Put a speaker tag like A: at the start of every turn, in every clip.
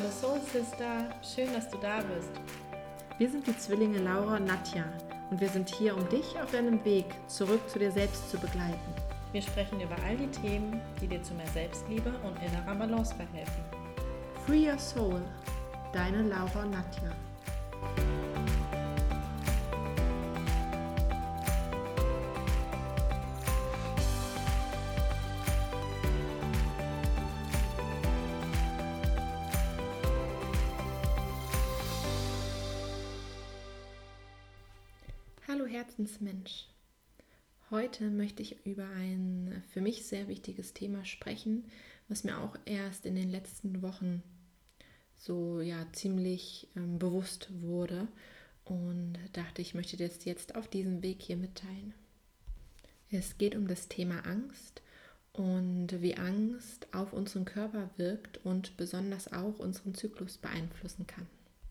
A: Hallo Soul Sister, schön, dass du da bist.
B: Wir sind die Zwillinge Laura und Nadja und wir sind hier, um dich auf deinem Weg zurück zu dir selbst zu begleiten.
A: Wir sprechen über all die Themen, die dir zu mehr Selbstliebe und innerer Balance verhelfen.
B: Free Your Soul, deine Laura und Nadja. Hallo Herzensmensch. Heute möchte ich über ein für mich sehr wichtiges Thema sprechen, was mir auch erst in den letzten Wochen so ziemlich bewusst wurde und dachte, ich möchte das jetzt auf diesem Weg hier mitteilen. Es geht um das Thema Angst und wie Angst auf unseren Körper wirkt und besonders auch unseren Zyklus beeinflussen kann.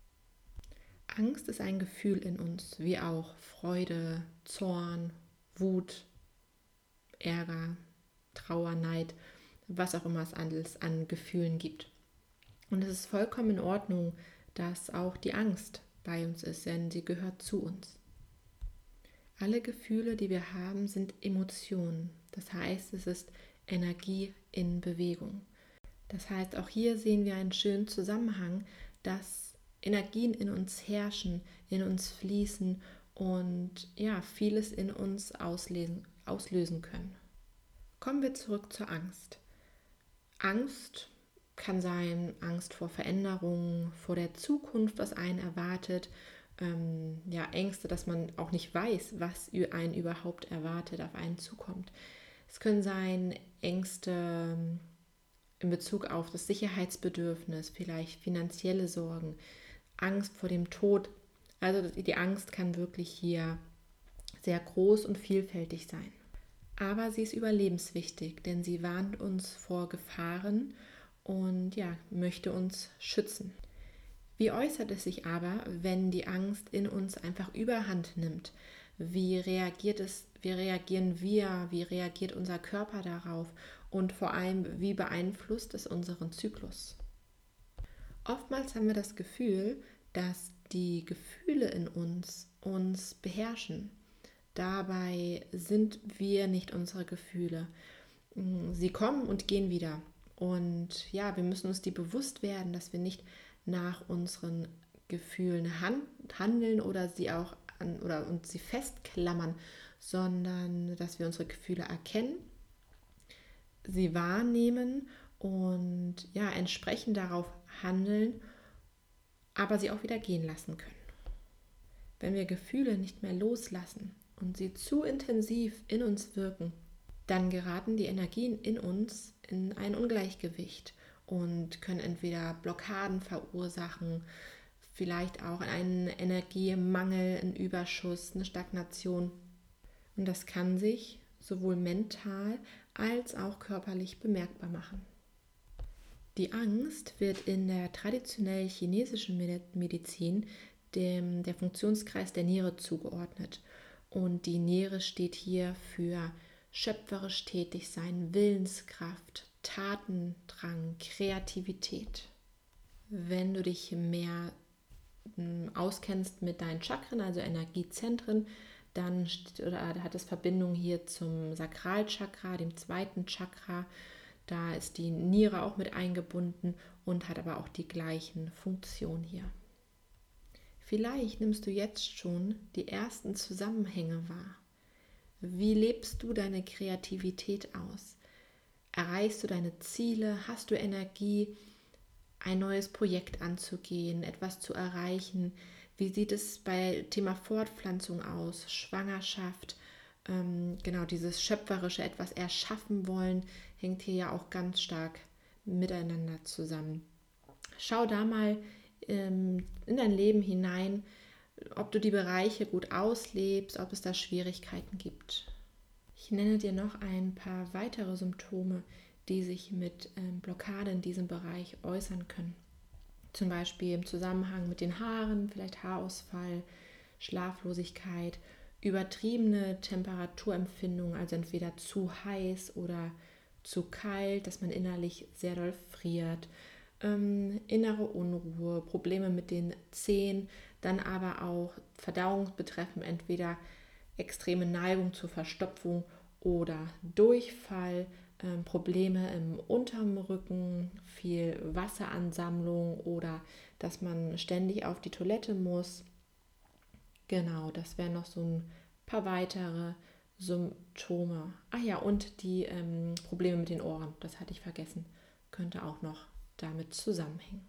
B: Angst ist ein Gefühl in uns, wie auch Freude, Zorn, Wut, Ärger, Trauer, Neid, was auch immer es alles an Gefühlen gibt. Und es ist vollkommen in Ordnung, dass auch die Angst bei uns ist, denn sie gehört zu uns. Alle Gefühle, die wir haben, sind Emotionen. Das heißt, es ist Energie in Bewegung. Das heißt, auch hier sehen wir einen schönen Zusammenhang, dass Energien in uns herrschen, in uns fließen und vieles in uns auslösen können. Kommen wir zurück zur Angst. Angst kann sein Angst vor Veränderungen, vor der Zukunft, was einen erwartet, Ängste, dass man auch nicht weiß, was einen überhaupt erwartet, auf einen zukommt. Es können sein Ängste in Bezug auf das Sicherheitsbedürfnis, vielleicht finanzielle Sorgen, Angst vor dem Tod. Also die Angst kann wirklich hier sehr groß und vielfältig sein. Aber sie ist überlebenswichtig, denn sie warnt uns vor Gefahren und möchte uns schützen. Wie äußert es sich aber, wenn die Angst in uns einfach Überhand nimmt? Wie reagieren wir? Wie reagiert unser Körper darauf? Und vor allem, wie beeinflusst es unseren Zyklus? Oftmals haben wir das Gefühl, dass die Gefühle in uns beherrschen. Dabei sind wir nicht unsere Gefühle. Sie kommen und gehen wieder. Und wir müssen uns die bewusst werden, dass wir nicht nach unseren Gefühlen handeln oder uns sie festklammern, sondern dass wir unsere Gefühle erkennen, sie wahrnehmen und entsprechend darauf handeln, aber sie auch wieder gehen lassen können. Wenn wir Gefühle nicht mehr loslassen und sie zu intensiv in uns wirken, dann geraten die Energien in uns in ein Ungleichgewicht und können entweder Blockaden verursachen, vielleicht auch einen Energiemangel, einen Überschuss, eine Stagnation. Und das kann sich sowohl mental als auch körperlich bemerkbar machen. Die Angst wird in der traditionell chinesischen Medizin der Funktionskreis der Niere zugeordnet. Und die Niere steht hier für schöpferisch tätig sein, Willenskraft, Tatendrang, Kreativität. Wenn du dich mehr auskennst mit deinen Chakren, also Energiezentren, dann hat es Verbindung hier zum Sakralchakra, dem zweiten Chakra. Da ist die Niere auch mit eingebunden und hat aber auch die gleichen Funktionen hier. Vielleicht nimmst du jetzt schon die ersten Zusammenhänge wahr. Wie lebst du deine Kreativität aus? Erreichst du deine Ziele? Hast du Energie, ein neues Projekt anzugehen, etwas zu erreichen? Wie sieht es bei Thema Fortpflanzung aus, Schwangerschaft? Dieses schöpferische, etwas erschaffen wollen, hängt hier ja auch ganz stark miteinander zusammen. Schau da mal in dein Leben hinein, ob du die Bereiche gut auslebst, ob es da Schwierigkeiten gibt. Ich nenne dir noch ein paar weitere Symptome, die sich mit Blockade in diesem Bereich äußern können. Zum Beispiel im Zusammenhang mit den Haaren, vielleicht Haarausfall, Schlaflosigkeit, übertriebene Temperaturempfindung, also entweder zu heiß oder zu kalt, dass man innerlich sehr doll friert, innere Unruhe, Probleme mit den Zähnen, dann aber auch verdauungsbetreffend entweder extreme Neigung zur Verstopfung oder Durchfall, Probleme im unteren Rücken, viel Wasseransammlung oder dass man ständig auf die Toilette muss. Genau, das wären noch so ein paar weitere Symptome. Ah ja, und die Probleme mit den Ohren, das hatte ich vergessen, könnte auch noch damit zusammenhängen.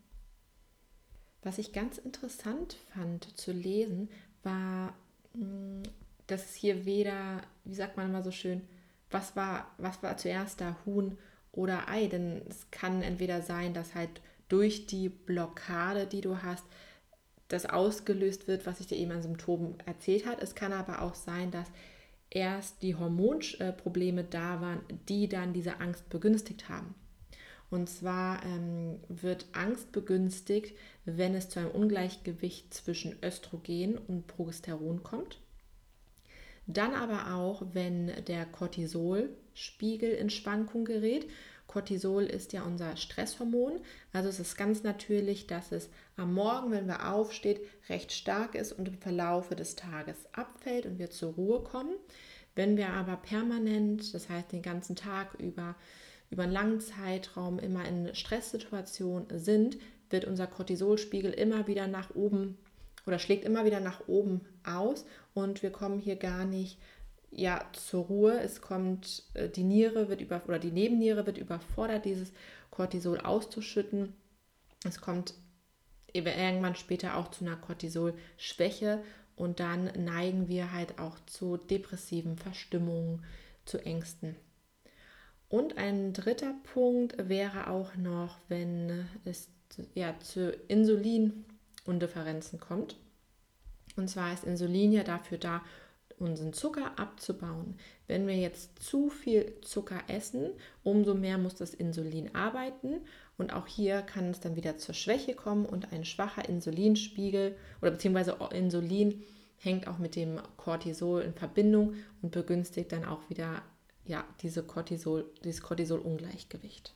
B: Was ich ganz interessant fand zu lesen, war, dass es hier weder, wie sagt man immer so schön, was war zuerst da, Huhn oder Ei? Denn es kann entweder sein, dass halt durch die Blockade, die du hast, das ausgelöst wird, was ich dir eben an Symptomen erzählt habe. Es kann aber auch sein, dass erst die Hormonprobleme da waren, die dann diese Angst begünstigt haben. Und zwar wird Angst begünstigt, wenn es zu einem Ungleichgewicht zwischen Östrogen und Progesteron kommt. Dann aber auch, wenn der Cortisolspiegel in Schwankung gerät. Cortisol ist ja unser Stresshormon. Also es ist ganz natürlich, dass es am Morgen, wenn wir aufstehen, recht stark ist und im Verlaufe des Tages abfällt und wir zur Ruhe kommen. Wenn wir aber permanent, das heißt den ganzen Tag über einen langen Zeitraum immer in Stresssituationen sind, wird unser Cortisolspiegel immer wieder nach oben oder schlägt immer wieder nach oben aus und wir kommen hier gar nicht zur Ruhe. Es kommt, die Niere wird oder die Nebenniere wird überfordert, dieses Cortisol auszuschütten. Es kommt irgendwann später auch zu einer Cortisolschwäche und dann neigen wir halt auch zu depressiven Verstimmungen, zu Ängsten. Und ein dritter Punkt wäre auch noch, wenn es zu Insulinundifferenzen kommt. Und zwar ist Insulin ja dafür da, unseren Zucker abzubauen. Wenn wir jetzt zu viel Zucker essen, umso mehr muss das Insulin arbeiten. Und auch hier kann es dann wieder zur Schwäche kommen und ein schwacher Insulinspiegel oder beziehungsweise Insulin hängt auch mit dem Cortisol in Verbindung und begünstigt dann auch wieder dieses Cortisol-Ungleichgewicht.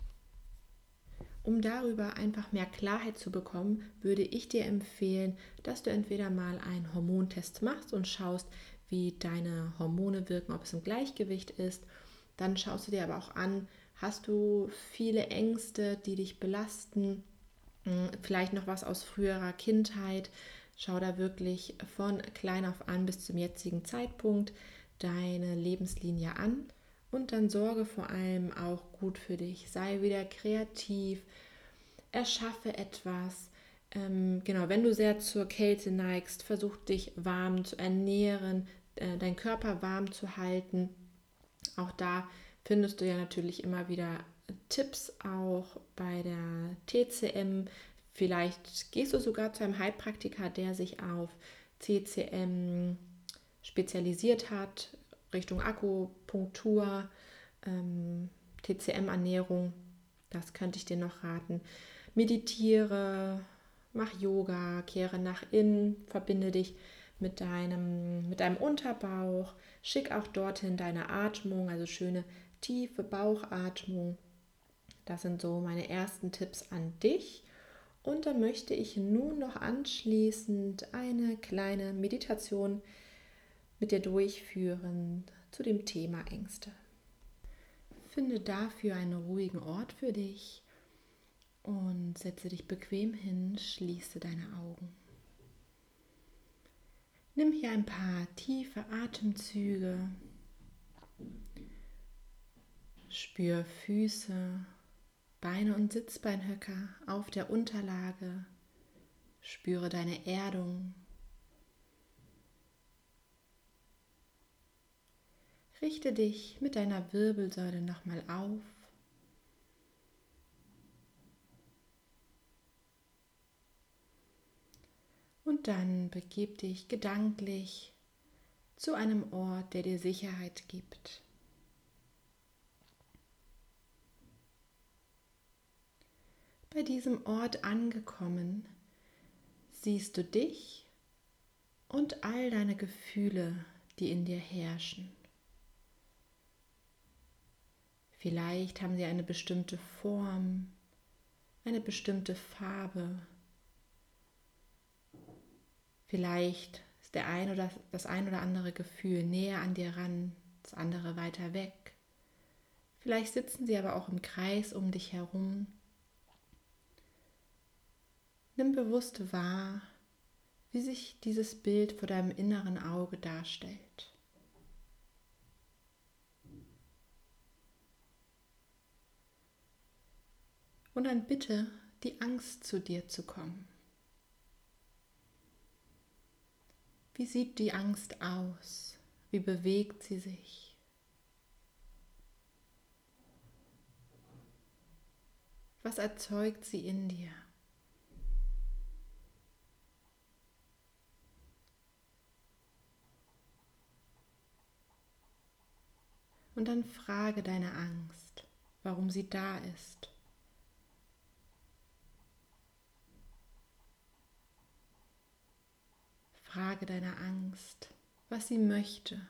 B: Um darüber einfach mehr Klarheit zu bekommen, würde ich dir empfehlen, dass du entweder mal einen Hormontest machst und schaust, wie deine Hormone wirken, ob es im Gleichgewicht ist. Dann schaust du dir aber auch an, hast du viele Ängste, die dich belasten, vielleicht noch was aus früherer Kindheit. Schau da wirklich von klein auf an bis zum jetzigen Zeitpunkt deine Lebenslinie an. Und dann sorge vor allem auch gut für dich. Sei wieder kreativ, erschaffe etwas. Wenn du sehr zur Kälte neigst, versuch dich warm zu ernähren, deinen Körper warm zu halten. Auch da findest du ja natürlich immer wieder Tipps auch bei der TCM. Vielleicht gehst du sogar zu einem Heilpraktiker, der sich auf TCM spezialisiert hat, Richtung Akupunktur, TCM-Ernährung, das könnte ich dir noch raten. Meditiere, mach Yoga, kehre nach innen, verbinde dich mit deinem Unterbauch, schick auch dorthin deine Atmung, also schöne tiefe Bauchatmung. Das sind so meine ersten Tipps an dich. Und dann möchte ich nun noch anschließend eine kleine Meditation mit dir durchführen zu dem Thema Ängste. Finde dafür einen ruhigen Ort für dich und setze dich bequem hin, schließe deine Augen. Nimm hier ein paar tiefe Atemzüge, spür Füße, Beine und Sitzbeinhöcker auf der Unterlage, spüre deine Erdung. Richte dich mit deiner Wirbelsäule nochmal auf. Und dann begib dich gedanklich zu einem Ort, der dir Sicherheit gibt. Bei diesem Ort angekommen, siehst du dich und all deine Gefühle, die in dir herrschen. Vielleicht haben sie eine bestimmte Form, eine bestimmte Farbe. Vielleicht ist das ein oder andere Gefühl näher an dir ran, das andere weiter weg. Vielleicht sitzen sie aber auch im Kreis um dich herum. Nimm bewusst wahr, wie sich dieses Bild vor deinem inneren Auge darstellt. Und dann bitte die Angst zu dir zu kommen. Wie sieht die Angst aus? Wie bewegt sie sich? Was erzeugt sie in dir? Und dann frage deine Angst, warum sie da ist. Frage deine Angst, was sie möchte.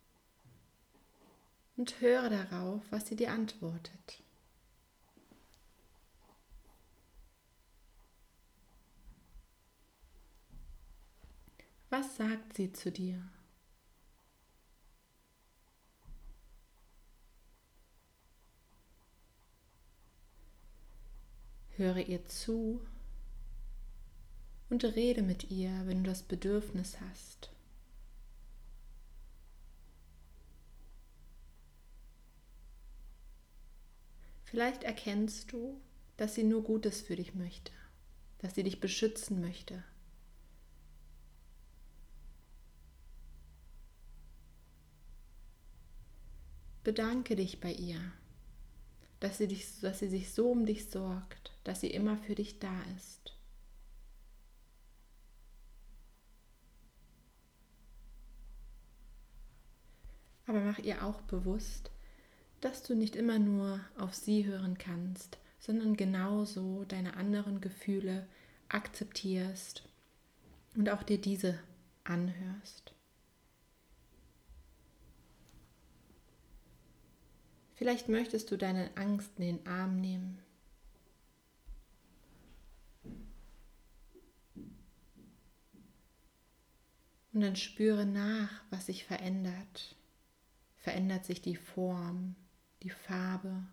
B: Und höre darauf, was sie dir antwortet. Was sagt sie zu dir? Höre ihr zu und rede mit ihr, wenn du das Bedürfnis hast. Vielleicht erkennst du, dass sie nur Gutes für dich möchte, dass sie dich beschützen möchte. Bedanke dich bei ihr, dass sie sich so um dich sorgt, dass sie immer für dich da ist. Aber mach ihr auch bewusst, dass du nicht immer nur auf sie hören kannst, sondern genauso deine anderen Gefühle akzeptierst und auch dir diese anhörst. Vielleicht möchtest du deine Angst in den Arm nehmen. Und dann spüre nach, was sich verändert. Verändert sich die Form, die Farbe,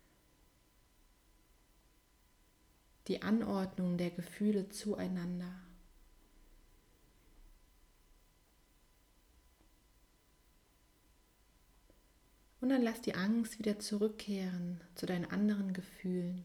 B: die Anordnung der Gefühle zueinander. Und dann lass die Angst wieder zurückkehren zu deinen anderen Gefühlen.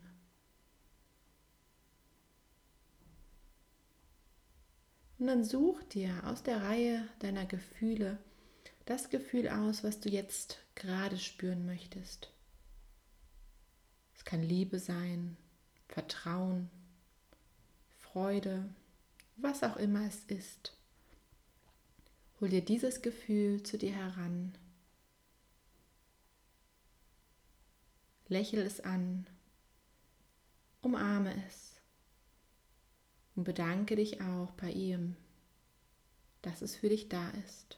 B: Und dann such dir aus der Reihe deiner Gefühle das Gefühl aus, was du jetzt gerade spüren möchtest. Es kann Liebe sein, Vertrauen, Freude, was auch immer es ist. Hol dir dieses Gefühl zu dir heran. Lächel es an, umarme es und bedanke dich auch bei ihm, dass es für dich da ist.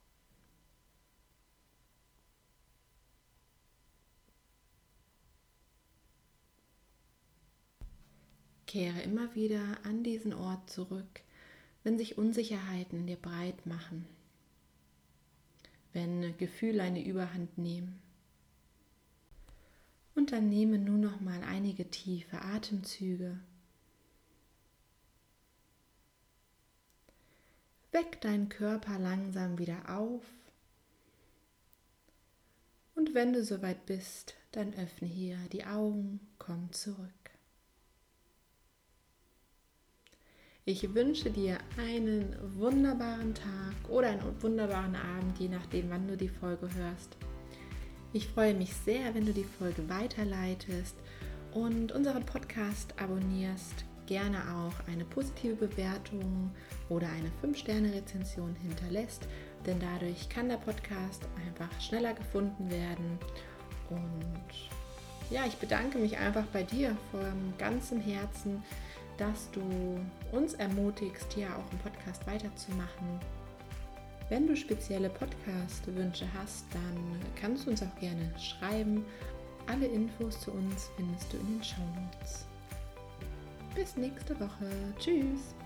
B: Kehre immer wieder an diesen Ort zurück, wenn sich Unsicherheiten in dir breit machen, wenn Gefühle eine Überhand nehmen. Und dann nehme nun noch mal einige tiefe Atemzüge. Weck deinen Körper langsam wieder auf. Und wenn du soweit bist, dann öffne hier die Augen, komm zurück. Ich wünsche dir einen wunderbaren Tag oder einen wunderbaren Abend, je nachdem, wann du die Folge hörst. Ich freue mich sehr, wenn du die Folge weiterleitest und unseren Podcast abonnierst. Gerne auch eine positive Bewertung oder eine 5-Sterne-Rezension hinterlässt, denn dadurch kann der Podcast einfach schneller gefunden werden. Und ja, ich bedanke mich einfach bei dir von ganzem Herzen, dass du uns ermutigst, hier auch im Podcast weiterzumachen. Wenn du spezielle Podcast-Wünsche hast, dann kannst du uns auch gerne schreiben. Alle Infos zu uns findest du in den Shownotes. Bis nächste Woche. Tschüss.